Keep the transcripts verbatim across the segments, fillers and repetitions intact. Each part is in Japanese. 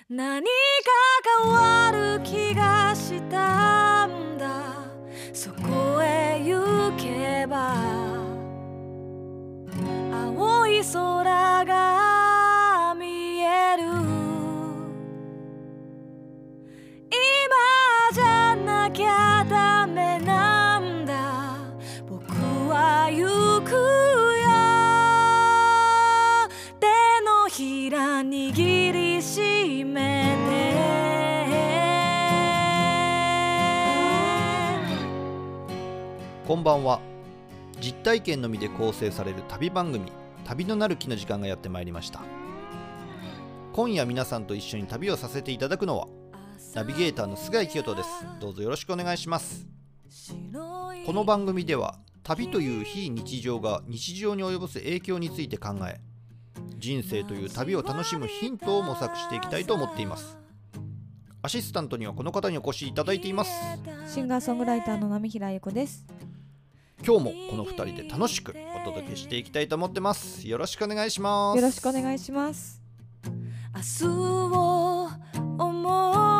何か変わる気がしたんだ。そこへ行けば青い空が見える。今じゃなきゃダメなんだ。僕は行くよ。手のひら握りしめこんばんは。実体験のみで構成される旅番組、旅のなる木の時間がやってまいりました。今夜皆さんと一緒に旅をさせていただくのはナビゲーターの菅井清人です。どうぞよろしくお願いします。この番組では旅という非日常が日常に及ぼす影響について考え、人生という旅を楽しむヒントを模索していきたいと思っています。アシスタントにはこの方にお越しいただいています。 シンガーソングライターの波平由子です。 今日もこのふたりで楽しくお届けしていきたいと思ってます。よろしくお願いします。 よろしくお願いします。 明日を思う。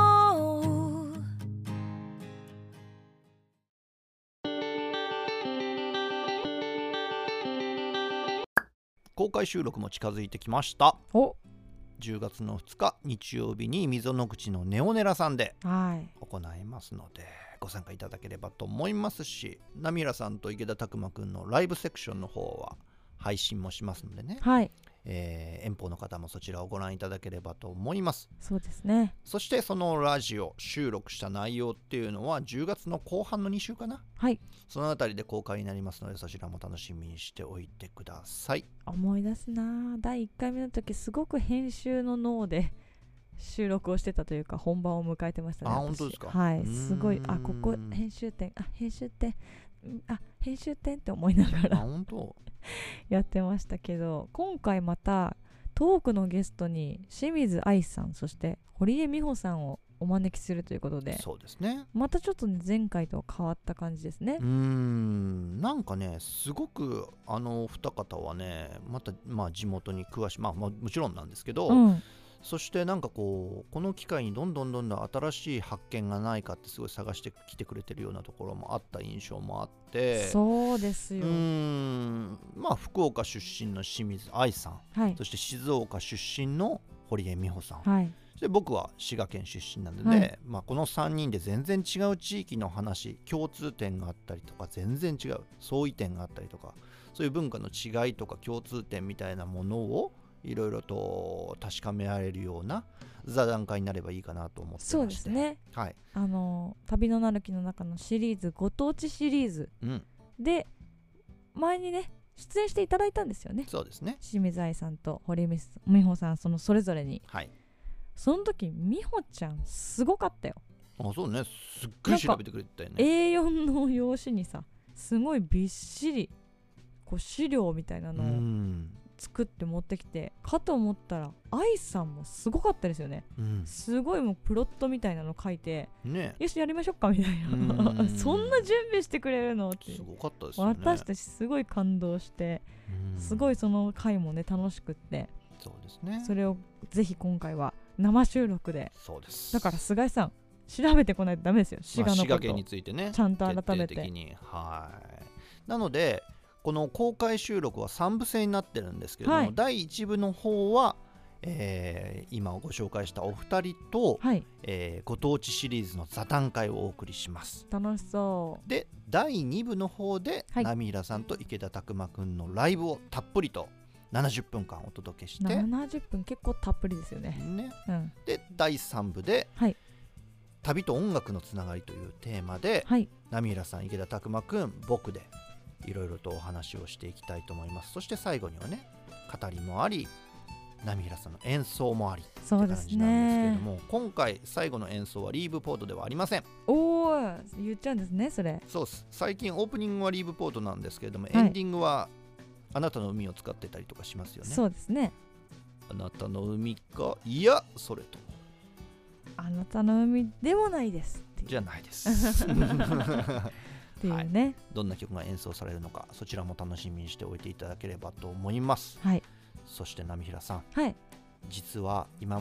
公開収録も近づいてきました。 おじゅうがつのふつか日曜日に溝の口のネオネラさんではい行いますので、ご参加いただければと思いますし、ナミラさんと池田拓磨くんのライブセクションの方は配信もしますのでね、 はいえー遠方の方もそちらをご覧いただければと思います。 そうですね。 そしてそのラジオ収録した内容っていうのはじゅうがつの後半のに週かな、 はいそのあたりで公開になりますので、そちらも楽しみにしておいてください。 思い出すな。だいいっかいめの時すごく編集の脳で収録をしてたというか本番を迎えてましたね。 あ、 私本当ですか。 はいすごい、あここ編集点あ編集点あ編集点って思いながあ、 ら本当やってましたけど、今回またトークのゲストに清水愛さん、そして堀江美穂さんをお招きするということで、 そうですね。 またちょっとね前回とは変わった感じですね。 うーんなんかね、すごくあのお二方はね、また、まあ、地元に詳しい、まあ、まあもちろんなんですけど、 うんそしてなんかこうこの機会にどんどんどんどん新しい発見がないかってすごい探してきてくれてるようなところもあった印象もあって、 そうですよ。 うーんまあ福岡出身の清水愛さん、 はいそして静岡出身の堀江美穂さん、 はいそして僕は滋賀県出身なんでね、 はいまあ、このさんにんで全然違う地域の話、共通点があったりとか全然違う相違点があったりとか、そういう文化の違いとか共通点みたいなものをいろいろと確かめられるような座談会になればいいかなと思ってまして。 そうですね。 はい、 あの旅のなる木の中のシリーズご当地シリーズうん、 で前にね出演していただいたんですよね。 そうですね。 清水愛さんと堀江美穂さん、そのそれぞれに。 はい。 その時美穂ちゃんすごかったよ。 あ、そうね。すっごい調べてくれてたよね。 エーよん の用紙にさ、すごいびっしりこう資料みたいなのを作って持ってきて、かと思ったら愛さんもすごかったですよね。 うん、 すごいもうプロットみたいなの書いて、 ね、 よしやりましょうかみたいなそんな準備してくれるのってすごかったですよね。 私たちすごい感動して、すごいその回もね楽しくって、 そうですね。 それをぜひ今回は生収録で。 そうです。 だから菅井さん調べてこないとダメですよ。滋賀のこと、 まあ、滋賀県についてねちゃんと改めて。 徹底的に、はい。なのでこの公開収録はさんぶ制になってるんですけれども、はい、だいいちぶの方は、えー、今ご紹介したお二人と、はい、えー、ご当地シリーズの座談会をお送りします。 楽しそうでだいにぶの方で、はい、ナミイラさんと池田拓磨くんのライブをたっぷりとななじゅっぷんかんお届けして、 ななじゅっぷん結構たっぷりですよね。 ね、 うん、 でだいさんぶで、はい、旅と音楽のつながりというテーマで、はい、ナミイラさん、池田拓磨くん、僕でいろいろとお話をしていきたいと思います。そして最後にはね、語りもあり、ナミイラさんの演奏もありって感じなんですけれども、ね、今回最後の演奏はリーブポートではありません。 おー、言っちゃうんですねそれ。 そうです。最近オープニングはリーブポートなんですけれども、はい、エンディングはあなたの海を使ってたりとかしますよね。 そうですね。 あなたの海か、いやそれともあなたの海でもないですっていう。 じゃないですっていうね、はい、 どんな曲が演奏されるのか、そちらも楽しみにしておいていただければと思います。 はい、 そして波平さん、 はい、 実は今まで言っ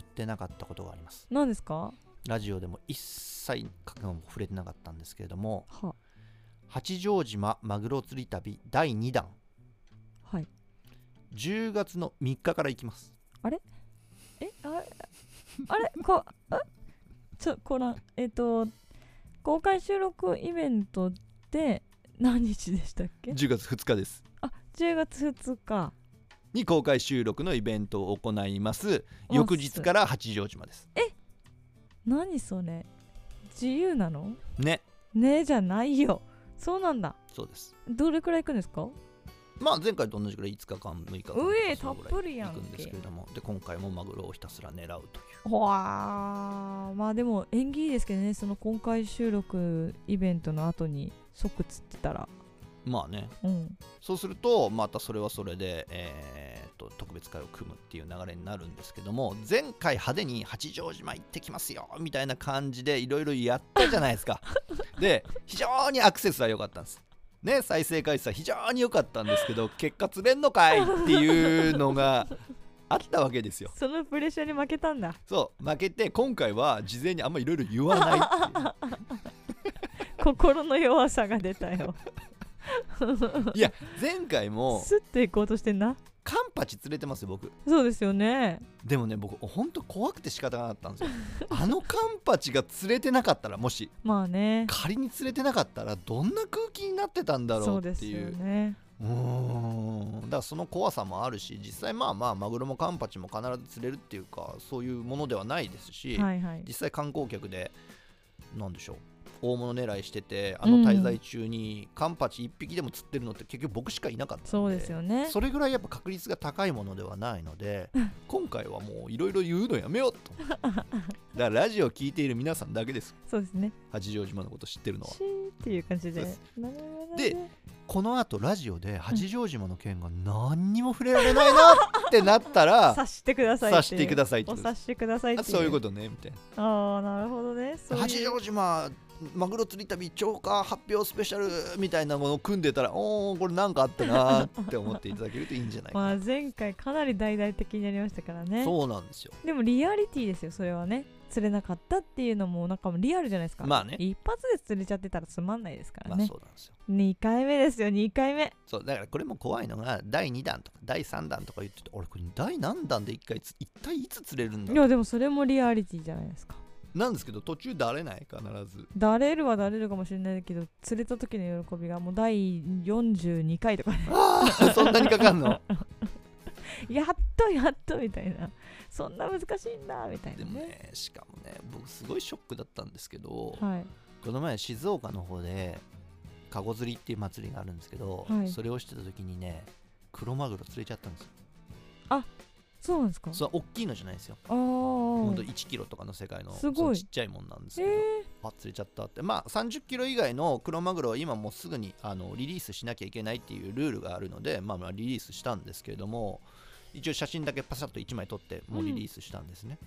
ってなかったことがあります。 何ですか？ ラジオでも一切触れてなかったんですけれども、 は八丈島マグロ釣り旅だいにだん、 はい、 じゅうがつのみっかから行きます。 あれえあれあれこあちょこらえっ、ー、と公開収録イベントで何日でしたっけ？ じゅうがつふつかです。 あ、じゅうがつふつかに公開収録のイベントを行います。翌日から八丈島です。 え、何それ、自由なのねねじゃないよ。そうなんだ。 そうです。 どれくらい行くんですか？ まあ前回と同じくらいいつかかんむいかかんうえたっぷりやんけ行くんですけれども、で今回もマグロをひたすら狙うという。 ほわー、まあでも縁起いいですけどね、その公開収録イベントの後に即釣ってたら、 まあね、 うん、 そうするとまたそれはそれで、えー、と特別会を組むっていう流れになるんですけども、前回派手に八丈島行ってきますよみたいな感じでいろいろやったじゃないですか。で非常にアクセスは良かったんですね、再生回数は非常に良かったんですけど、結果釣れんのかいっていうのがあったわけですよ。 そのプレッシャーに負けたんだ。 そう負けて、今回は事前にあんまいろいろ言わないっていう心の弱さが出たよ。 いや前回もスッて行こうとしてんな。 カンパチ釣れてますよ僕。 そうですよね。 でもね僕ほんと怖くて仕方がなかったんですよ。あのカンパチが釣れてなかったら、もしまあね、 仮に釣れてなかったらどんな空気になってたんだろそうでうっていう。 すよね。 うーんだからその怖さもあるし、実際まあまあマグロもカンパチも必ず釣れるっていうか、そういうものではないですし、 はいはい、 実際観光客でなんでしょう、大物狙いしてて、あの滞在中にカンパチいっぴきでも釣ってるのって結局僕しかいなかったんで、 そうですよね。 それぐらいやっぱ確率が高いものではないので今回はもういろいろ言うのやめようと。だからラジオを聞いている皆さんだけです。 そうですね。 八丈島のこと知ってるのは。 シーっていう感じで。 でこの後ラジオで八丈島の件が何にも触れられないなってなったら察してくださいって察してくださいってお察してくださいっていう、 そういうことねみたいな。 ああなるほどね。そういう八丈島マグロ釣り旅超過発表スペシャルみたいなものを組んでたら、おーこれなんかあったなって思っていただけるといいんじゃないかな。 まあ前回かなり大々的にやりましたからね。 そうなんですよ。 でもリアリティですよそれはね。釣れなかったっていうのもなんかもリアルじゃないですか。 まあね、 一発で釣れちゃってたらつまんないですからね。 まあそうなんですよ。 にかいめですよにかいめ。 そうだからこれも怖いのがだいにだんとかだいさんだんとか言ってて、俺これだい何弾でいっかい一体いつ釣れるんだ。 いやでもそれもリアリティじゃないですか。 なんですけど途中だれない必ず。 だれるはだれるかもしれないけど、釣れた時の喜びがもうだいよんじゅうにかいとかね。 ああそんなにかかんのやっとやっとみたいな、そんな難しいんだみたいな、ね、 でもね、しかもね僕すごいショックだったんですけど、 はい、 この前静岡の方でカゴ釣りっていう祭りがあるんですけど、 はい、 それをしてた時にねクロマグロ釣れちゃったんですよ。 あ、そうなんですか。 そう大きいのじゃないですよ。 あほんといちキロとかの世界のすごいちっちゃいもんなんですけど、 えー、 あ釣れちゃったって。まあさんじゅっキロ以外のクロマグロは今もうすぐにあのリリースしなきゃいけないっていうルールがあるので、まあまあリリースしたんですけれども、一応写真だけパシャッといちまい撮ってもうリリースしたんですね、うん、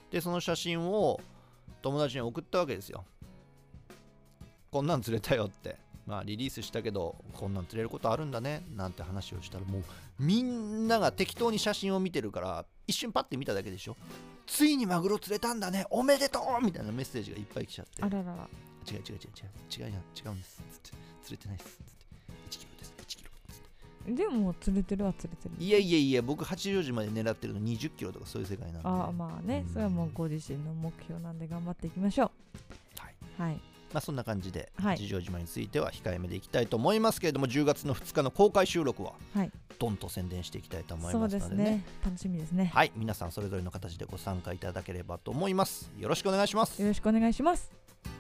でその写真を友達に送ったわけですよ。こんなん釣れたよって、まあリリースしたけどこんなん釣れることあるんだねなんて話をしたら、もうみんなが適当に写真を見てるから一瞬パッて見ただけでしょ、ついにマグロ釣れたんだねおめでとうみたいなメッセージがいっぱい来ちゃって、 あららら、 違う違う違う違う違う違う違うんですつって釣れてないですつっていちキロですいちキロつってでも釣れてるは釣れてる。 いやいやいや僕八丈島で狙ってるのにじゅっキロとかそういう世界なんで。 ああまあね、それはもうご自身の目標なんで頑張っていきましょう。はい、 はい、 まあそんな感じではい、 八丈島については控えめでいきたいと思いますけれども、じゅうがつのふつかの公開収録はドンと宣伝していきたいと思いますのでね。 そうですね、楽しみですね。 はい、皆さんそれぞれの形でご参加いただければと思います。よろしくお願いします。 よろしくお願いします。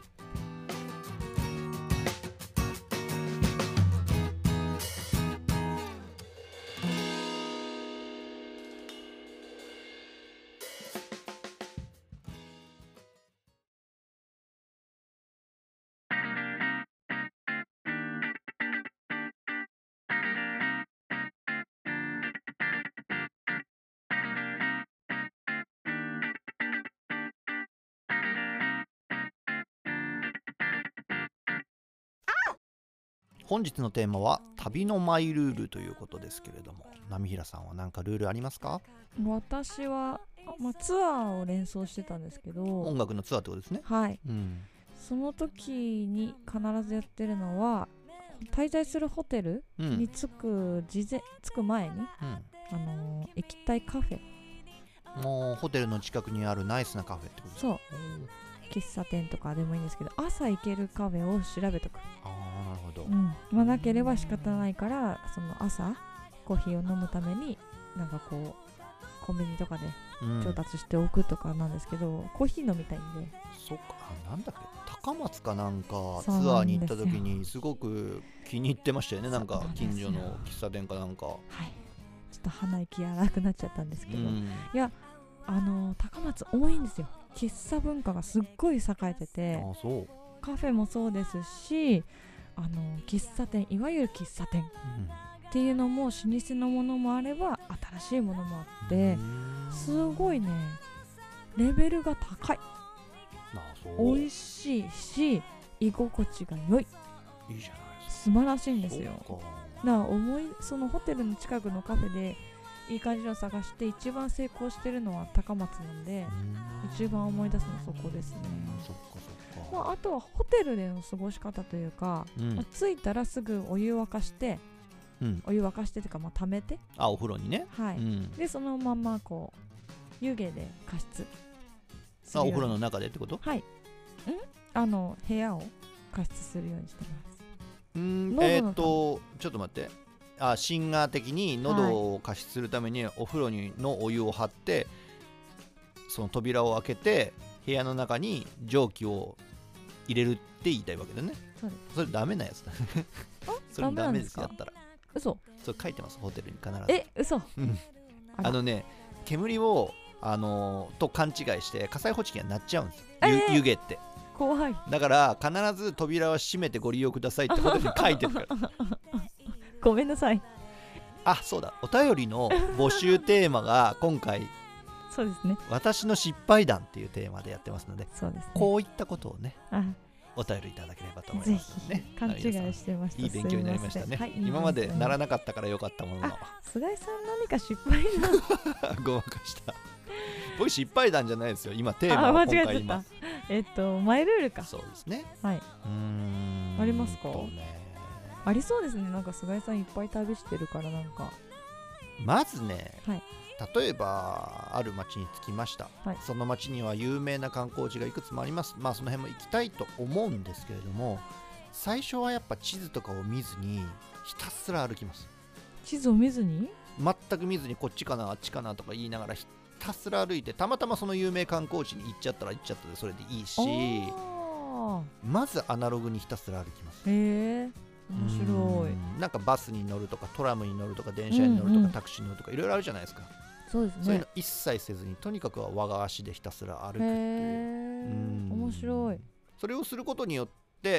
本日のテーマは旅のマイルールということですけれども、波平さんは何かルールありますか？ 私はまあ、ツアーを連想してたんですけど、 音楽のツアーってことですね。 はい、 うん、 その時に必ずやってるのは、滞在するホテルに着く事前、着く前に、うん、あのー、行きたいカフェ、 もうホテルの近くにあるナイスなカフェってことですか。 そう喫茶店とかでもいいんですけど、朝行けるカフェを調べとく。 ああ、なるほど。 うん、まあ、なければ仕方ないから、その朝コーヒーを飲むためになんかこうコンビニとかで調達しておくとかなんですけど、うん、コーヒー飲みたいんで。 そっか、なんだっけ、高松かなんかツアーに行った時にすごく気に入ってましたよね。なんか近所の喫茶店かなんか。はい、 ちょっと鼻息荒くなっちゃったんですけど、うん、いや、あのー、高松多いんですよ。喫茶文化がすっごい栄えてて、 あ、そう、 カフェもそうですし、あのー、喫茶店、いわゆる喫茶店、うん、っていうのも老舗のものもあれば新しいものもあって、すごいねレベルが高い。 あ、そう、 美味しいし居心地が良い。 いいじゃないですか。 素晴らしいんですよ。だから思いそのホテルの近くのカフェでいい感じの探して一番成功してるのは高松なんで、一番思い出すのはそこですね。 そっかそっか。 まあ、あとはホテルでの過ごし方というか、うん、まあ、着いたらすぐお湯沸かして、うん、お湯沸かしてというか、まあ、溜めて、 あ、お風呂にね、 はい、うん、でそのままこう湯気で加湿。 あ、お風呂の中でってこと？ はい、んあの部屋を加湿するようにしてます。 うーん、えー、っとちょっと待って、あ、シンガー的に喉を加湿するためにお風呂にのお湯を張って、はい、その扉を開けて部屋の中に蒸気を入れるって言いたいわけだね。 そうです。 それダメなやつだそれダメですよ。だったら嘘。 それ書いてます、ホテルに必ず。 え、嘘あのね、煙をあのー、と勘違いして火災報知器が鳴っちゃうんですよ、 えー、 湯気って。 怖い。 だから必ず扉を閉めてご利用くださいってホテルに書いてるからごめんなさい。 あ、そうだ、お便りの募集テーマが今回そうですね、 私の失敗談っていうテーマでやってますので、 そうですね、 こういったことをね、お便りいただければと思いますので、ね、 勘違いしてました。 いい勉強になりましたね、はい、今までならなかったからよかったものの、 菅井さん何か失敗談ごまかした僕失敗談じゃないですよ、今テーマは今回今。 あ、間違えちゃった。えっとマイルールか。 そうですね、 はい、うーん、 ありますか？ ね、 ありそうですね。なんか菅井さんいっぱい旅してるから、なんかまずね、 はい、 例えばある町に着きました、はい、その町には有名な観光地がいくつもあります。まあその辺も行きたいと思うんですけれども、最初はやっぱ地図とかを見ずにひたすら歩きます。 地図を見ずに？ 全く見ずにこっちかなあっちかなとか言いながらひたすら歩いて、たまたまその有名観光地に行っちゃったら行っちゃったでそれでいいし、まずアナログにひたすら歩きます。 へー、面白い。なんかバスに乗るとかトラムに乗るとか電車に乗るとか、うんうん、タクシーに乗るとかいろいろあるじゃないですか。 そうですね。 そういうの一切せずにとにかくは我が足でひたすら歩くっていう。 へー、面白い。 それをすることによって、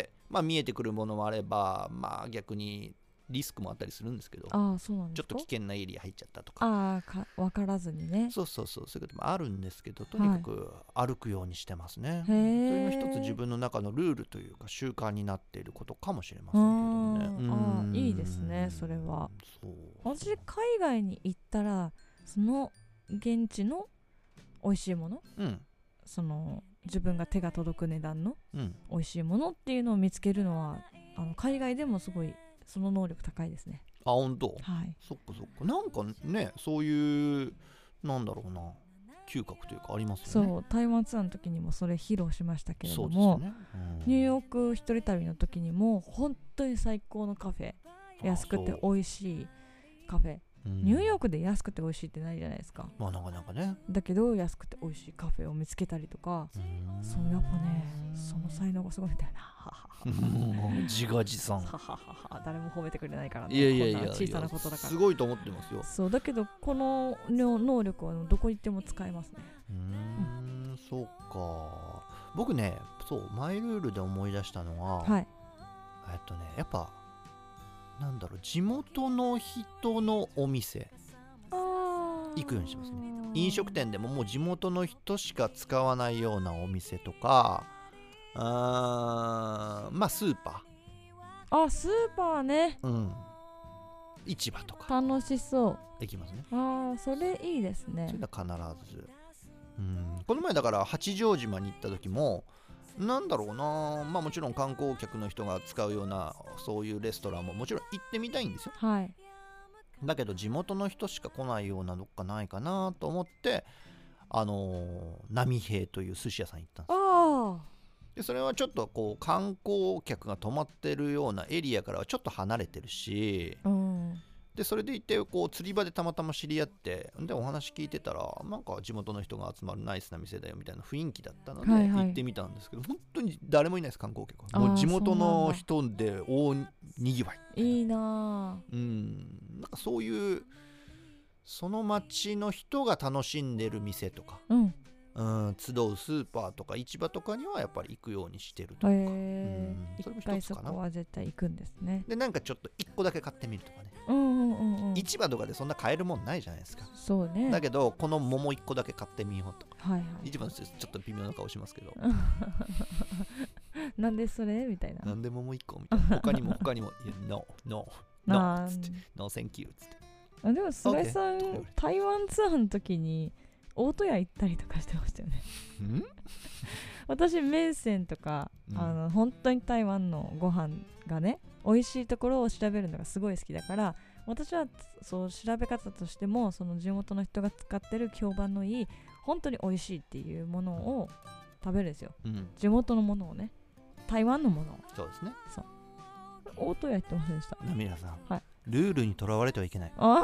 まあ、見えてくるものもあれば、まあ、逆にリスクもあったりするんですけど、 あ、そうなんですか？ ちょっと危険なエリア入っちゃったとか、 あか分からずにね。 そうそうそう、そういうこともあるんですけど、とにかく歩くようにしてますね。はい、それの一つ自分の中のルールというか習慣になっていることかもしれませんけどね。 ああ、いいですね、それは。そう、私海外に行ったらその現地の美味しいもの、うん、その自分が手が届く値段の美味しいものっていうのを見つけるのは、あの海外でもすごいその能力高いですね。 あ、本当？ はい。 そっかそっか。なんかね、そういうなんだろうな、嗅覚というかありますよね。 そう、台湾ツアーの時にもそれ披露しましたけれども、ね、うん、ニューヨーク一人旅の時にも本当に最高のカフェ、安くて美味しいカフェ、うん、ニューヨークで安くて美味しいってないじゃないですか。 まあなかなかね。 だけど安くて美味しいカフェを見つけたりとか、そうやっぱね、その才能がすごいみたいな。 自画自賛誰も褒めてくれないからね。 いやいやいや、 こんな小さなことだからすごいと思ってますよ。 そうだけどこの能力はどこ行っても使えますね。 うーん、うん、そうか。僕ね、そうマイルールで思い出したのは、はい、えっとね、やっぱなんだろう、地元の人のお店行くようにしますね。飲食店でももう地元の人しか使わないようなお店とか、あ、まあスーパー、あ、スーパーね、 うん、市場とか楽しそうできますね。 ああ、それいいですね。 それは必ずうん、この前だから八丈島に行った時もなんだろうな、まあもちろん観光客の人が使うようなそういうレストランももちろん行ってみたいんですよ、 はい、 だけど地元の人しか来ないようなどっかないかなと思ってあのー、波平という寿司屋さん行ったんですよ。 あでそれはちょっとこう観光客が泊まってるようなエリアからはちょっと離れてるし、 うん、 でそれで行ってこう釣り場でたまたま知り合ってでお話聞いてたらなんか地元の人が集まるナイスな店だよみたいな雰囲気だったので行ってみたんですけど、はいはい、本当に誰もいないです観光客は。もう地元の人で大にぎわい。 いいなぁ。うんなんかそういうその町の人が楽しんでる店とか、 うんうん、集うスーパーとか市場とかにはやっぱり行くようにしてるというか、 へー、それも一つかな。一回そこは絶対行くんですね。 でなんかちょっと一個だけ買ってみるとかね、 うんうんうんうん、 市場とかでそんな買えるもんないじゃないですか。 そうね。 だけどこの桃一個だけ買ってみようとか、 はいはい、 市場の人ちょっと微妙な顔しますけどなんでそれみたいな。 なんで桃一個みたいな。他にも他にもノーノーノーつってノーセンキューつって。 あでも菅井さん、okay. 台湾ツアーの時に大戸屋行ったりとかしてましたよねん私麺線とか、うん、あの本当に台湾のご飯がね美味しいところを調べるのがすごい好きだから私はそう調べ方としてもその地元の人が使ってる評判のいい本当に美味しいっていうものを食べるんですよ、うん、地元のものをね台湾のものを。 そうですね。そう大戸屋行ってませんでした。 ナミラさん、 はい、 ルールにとらわれてはいけない。 あ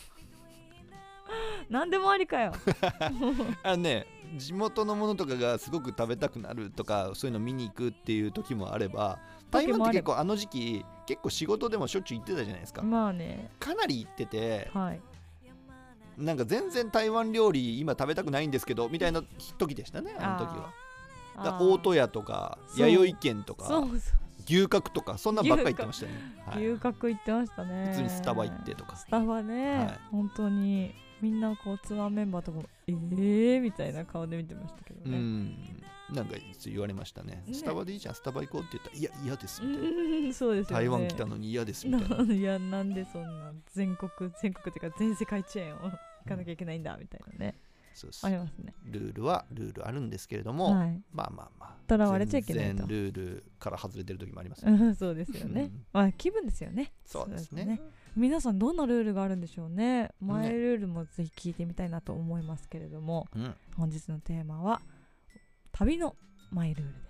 なんでもありかよあのね地元のものとかがすごく食べたくなるとかそういうの見に行くっていう時もあれば台湾って結構あの時期結構仕事でもしょっちゅう行ってたじゃないですか。 まあねかなり行ってて、 はい、 なんか全然台湾料理今食べたくないんですけどみたいな時でしたねあの時は。だ大戸屋とか弥生県とかそうそう牛角とかそんなばっかり行ってましたね。 はい、牛角行ってましたね。 普通にスタバ行ってとかスタバね、はい、本当にみんなこうツアーメンバーとかもえーみたいな顔で見てましたけどね。うんなんか言われましたね。ねスタバでいいじゃんスタバ行こうって言ったらいや嫌ですみたいな。 うんそうですよね。 台湾来たのに嫌ですみたいな。 いやなんでそんな全国全国っていうか全世界チェーンを行かなきゃいけないんだみたいなね。 そうそうありますね。 ルールはルールあるんですけれども、はい、まあまあまあとらわれちゃいけないと。 全然ルールから外れてる時もありますよね。そうですよね。まあ気分ですよね。 そうですね。 皆さんどんなルールがあるんでしょうね。マイルールもぜひ聞いてみたいなと思いますけれども、うん、本日のテーマは旅のマイルールです。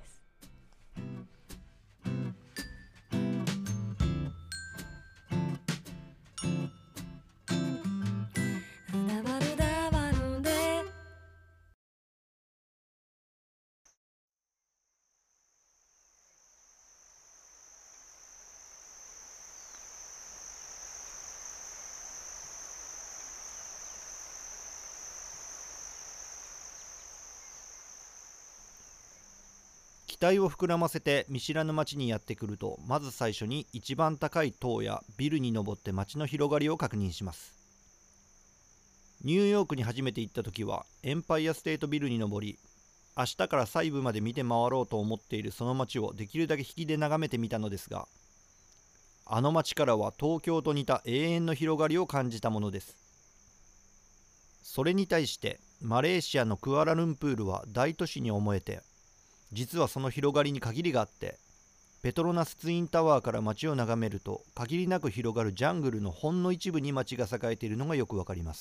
期待を膨らませて見知らぬ町にやってくるとまず最初に一番高い塔やビルに登って街の広がりを確認します。ニューヨークに初めて行った時はエンパイアステートビルに登り明日から細部まで見て回ろうと思っているその街をできるだけ引きで眺めてみたのですがあの街からは東京と似た永遠の広がりを感じたものです。それに対してマレーシアのクアラルンプールは大都市に思えて実はその広がりに限りがあってペトロナスツインタワーから街を眺めると限りなく広がるジャングルのほんの一部に街が栄えているのがよくわかります。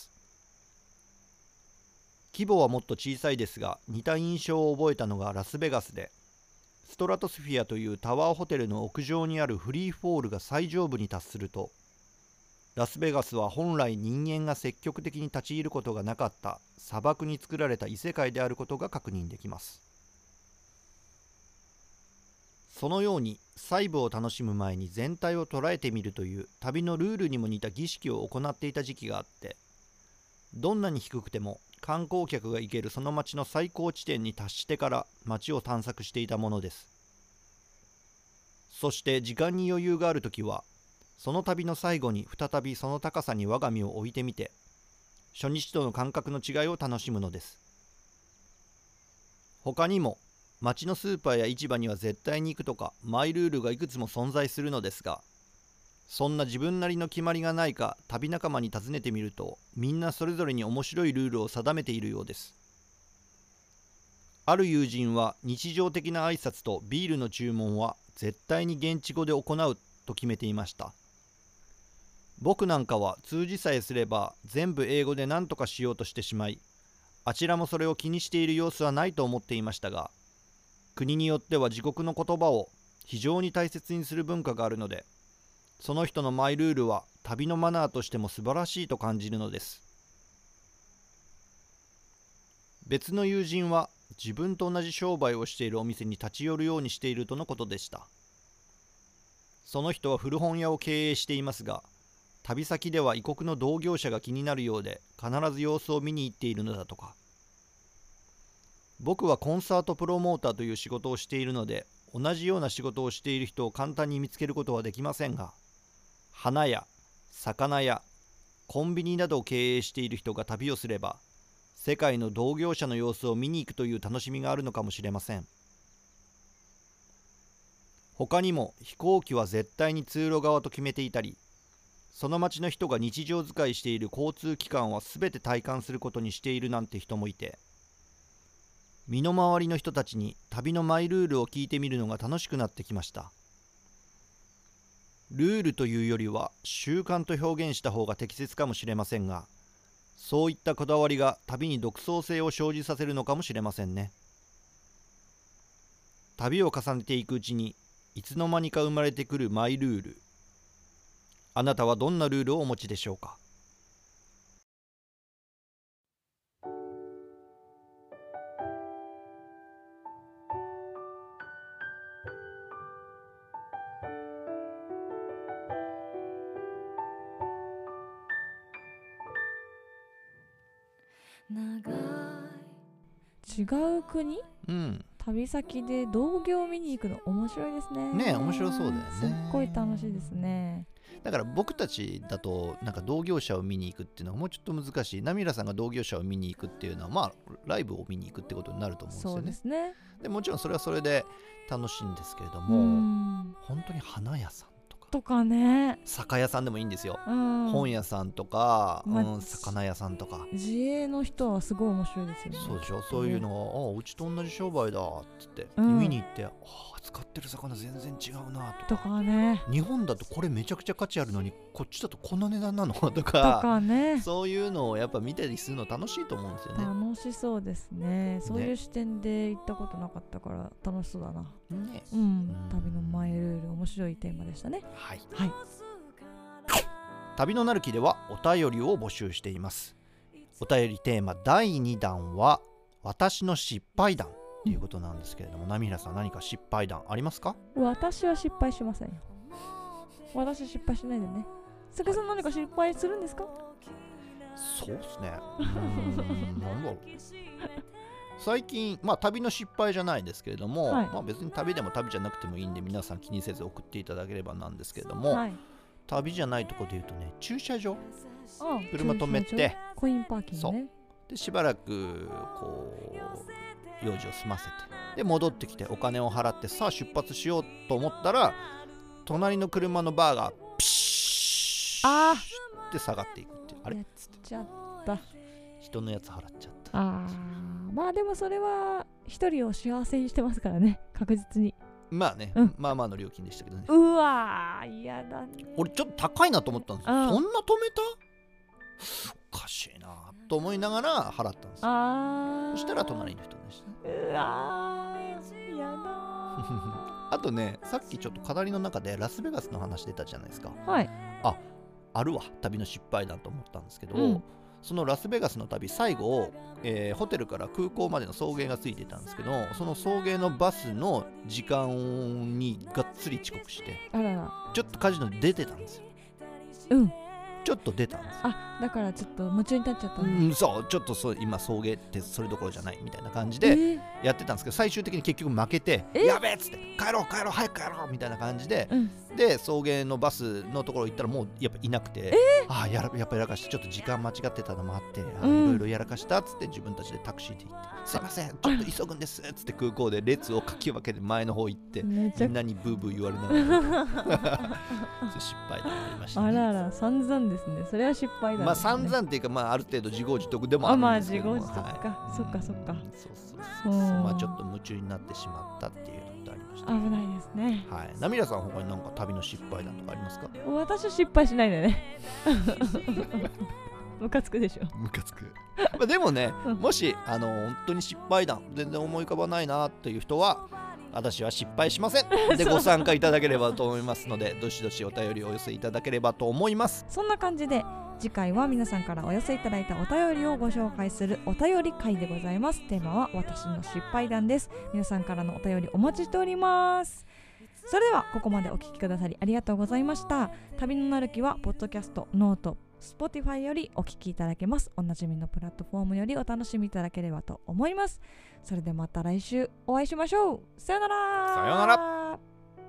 規模はもっと小さいですが似た印象を覚えたのがラスベガスでストラトスフィアというタワーホテルの屋上にあるフリーフォールが最上部に達するとラスベガスは本来人間が積極的に立ち入ることがなかった砂漠に作られた異世界であることが確認できます。そのように細部を楽しむ前に全体を捉えてみるという旅のルールにも似た儀式を行っていた時期があってどんなに低くても観光客が行けるその町の最高地点に達してから町を探索していたものです。そして時間に余裕があるときはその旅の最後に再びその高さに我が身を置いてみて初日との感覚の違いを楽しむのです。他にも町のスーパーや市場には絶対に行くとかマイルールがいくつも存在するのですがそんな自分なりの決まりがないか旅仲間に尋ねてみるとみんなそれぞれに面白いルールを定めているようです。 ある友人は日常的な挨拶とビールの注文は絶対に現地語で行うと決めていました。僕なんかは通じさえすれば全部英語で何とかしようとしてしまい、あちらもそれを気にしている様子はないと思っていましたが、国によっては自国の言葉を非常に大切にする文化があるので、その人のマイルールは旅のマナーとしても素晴らしいと感じるのです。別の友人は自分と同じ商売をしているお店に立ち寄るようにしているとのことでした。その人は古本屋を経営していますが、旅先では異国の同業者が気になるようで必ず様子を見に行っているのだとか。僕はコンサートプロモーターという仕事をしているので、同じような仕事をしている人を簡単に見つけることはできませんが、花屋、魚屋、コンビニなどを経営している人が旅をすれば、世界の同業者の様子を見に行くという楽しみがあるのかもしれません。他にも飛行機は絶対に通路側と決めていたり、その町の人が日常使いしている交通機関はすべて体感することにしているなんて人もいて、身の回りの人たちに旅のマイルールを聞いてみるのが楽しくなってきました。ルールというよりは習慣と表現した方が適切かもしれませんが、そういったこだわりが旅に独創性を生じさせるのかもしれませんね。旅を重ねていくうちにいつの間にか生まれてくるマイルール。あなたはどんなルールをお持ちでしょうか。 違う国、うん、旅先で同業を見に行くの面白いですね。 ねえ、面白そうだよね。 すっごい楽しいですね。 だから僕たちだとなんか同業者を見に行くっていうのはもうちょっと難しい。ナミラさんが同業者を見に行くっていうのはまあライブを見に行くってことになると思うんですよね。 そうですね。 でもちろんそれはそれで楽しいんですけれども、本当に花屋さんとかね、 酒屋さんでもいいんですよ、うん、本屋さんとか、まあうん、魚屋さんとか。 自営の人はすごい面白いですよね。 そうでしょ。そういうのを、あ、うちと同じ商売だっつって、うん、見に行って、あ、使ってる魚全然違うなとか、 とかね、 日本だとこれめちゃくちゃ価値あるのにこっちだとこんな値段なのとか、とかね、 そういうのをやっぱ見たりするの楽しいと思うんですよね。 楽しそうですね。そういう視点で行ったことなかったから楽しそうだな、ね、うん、うん、旅のマイルール、面白いテーマでしたね。 はい、 はい。 旅のなる木ではお便りを募集しています。お便りテーマだいにだんは私の失敗談ということなんですけれども、波平さん何か失敗談ありますか？ 私は失敗しませんよ。私失敗しないでね。菅さん何か失敗するんですか？ そうですね。うーん、なんだろう。最近、まあ旅の失敗じゃないですけれども、はい、まあ別に旅でも旅じゃなくてもいいんで皆さん気にせず送っていただければなんですけれども、はい、旅じゃないとこで言うとね、駐車場、ああ、車止めてコインパーキングね。 でしばらくこう用事を済ませて、で戻ってきてお金を払って、さあ出発しようと思ったら隣の車のバーがピシッって下がっていくって、あれやっちゃった、 人のやつ払っちゃった。 あー、まあでもそれは一人を幸せにしてますからね、確実に。 まあね、うん、まあまあの料金でしたけどね。 うわー、嫌だね。 俺ちょっと高いなと思ったんですよ。そんな止めた？おかしいなと思いながら払ったんですよ。あ、そしたら隣の人でした。 うわー、嫌だあとね、さっきちょっと語りの中でラスベガスの話出たじゃないですか。 はい。 あ、あるわ、旅の失敗だと思ったんですけど、うん、そのラスベガスの旅、最後、えー、ホテルから空港までの送迎がついてたんですけど、その送迎のバスの時間にがっつり遅刻して、 あらら、 ちょっとカジノで出てたんですよ。 うん、 ちょっと出たんですよ。 あ、だからちょっと夢中になっちゃったんだ。 うん、そう、ちょっとそう、今送迎ってそれどころじゃないみたいな感じでやってたんですけど、最終的に結局負けて、やべえっつって帰ろう帰ろう早く帰ろうみたいな感じで、うん、 で送迎のバスのところ行ったらもうやっぱいなくて、 えー、 ああ や, やっぱやらかしてちょっと時間間違ってたのもあって、いろいろやらかしたっつって自分たちでタクシーで行って、すいませんちょっと急ぐんですっつって空港で列をかき分けて前の方行ってみんなにブーブー言われながら失敗だとなりました、ね、 あらら散々ですね。それは失敗だね。 まあ散々っていうか、まあ、ある程度自業自得でもあるんですけども、 あ、まあ自業自得か、はい、そっかそっか、 そうそうそうそう、まあちょっと夢中になってしまったっていうことありました、ね、 危ないですね。 はい。ナミラさん他になんか旅の失敗談とかありますか？ 私は失敗しないでねムカつくでしょ。 ムカつくまあでもね、うん、もしあの本当に失敗談全然思い浮かばないなっていう人は、私は失敗しませんでご参加いただければと思いますのでどしどしお便りをお寄せいただければと思います。 そんな感じで次回は皆さんからお寄せいただいたお便りをご紹介するお便り会でございます。テーマは私の失敗談です。皆さんからのお便りお待ちしております。それではここまでお聞きくださりありがとうございました。旅のなるきはポッドキャスト、ノート、Spotify よりお聞きいただけます。おなじみのプラットフォームよりお楽しみいただければと思います。それでまた来週お会いしましょう。さよなら。 さよなら。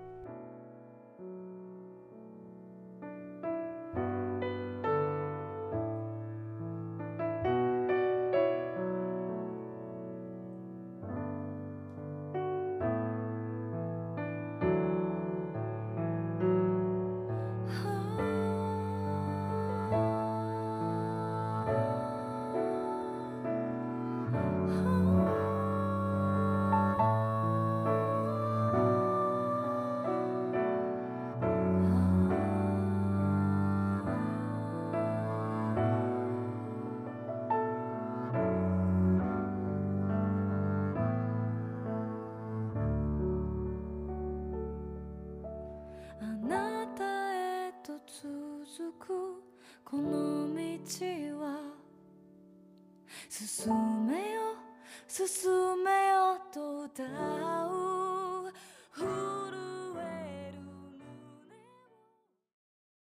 この道は進めよ進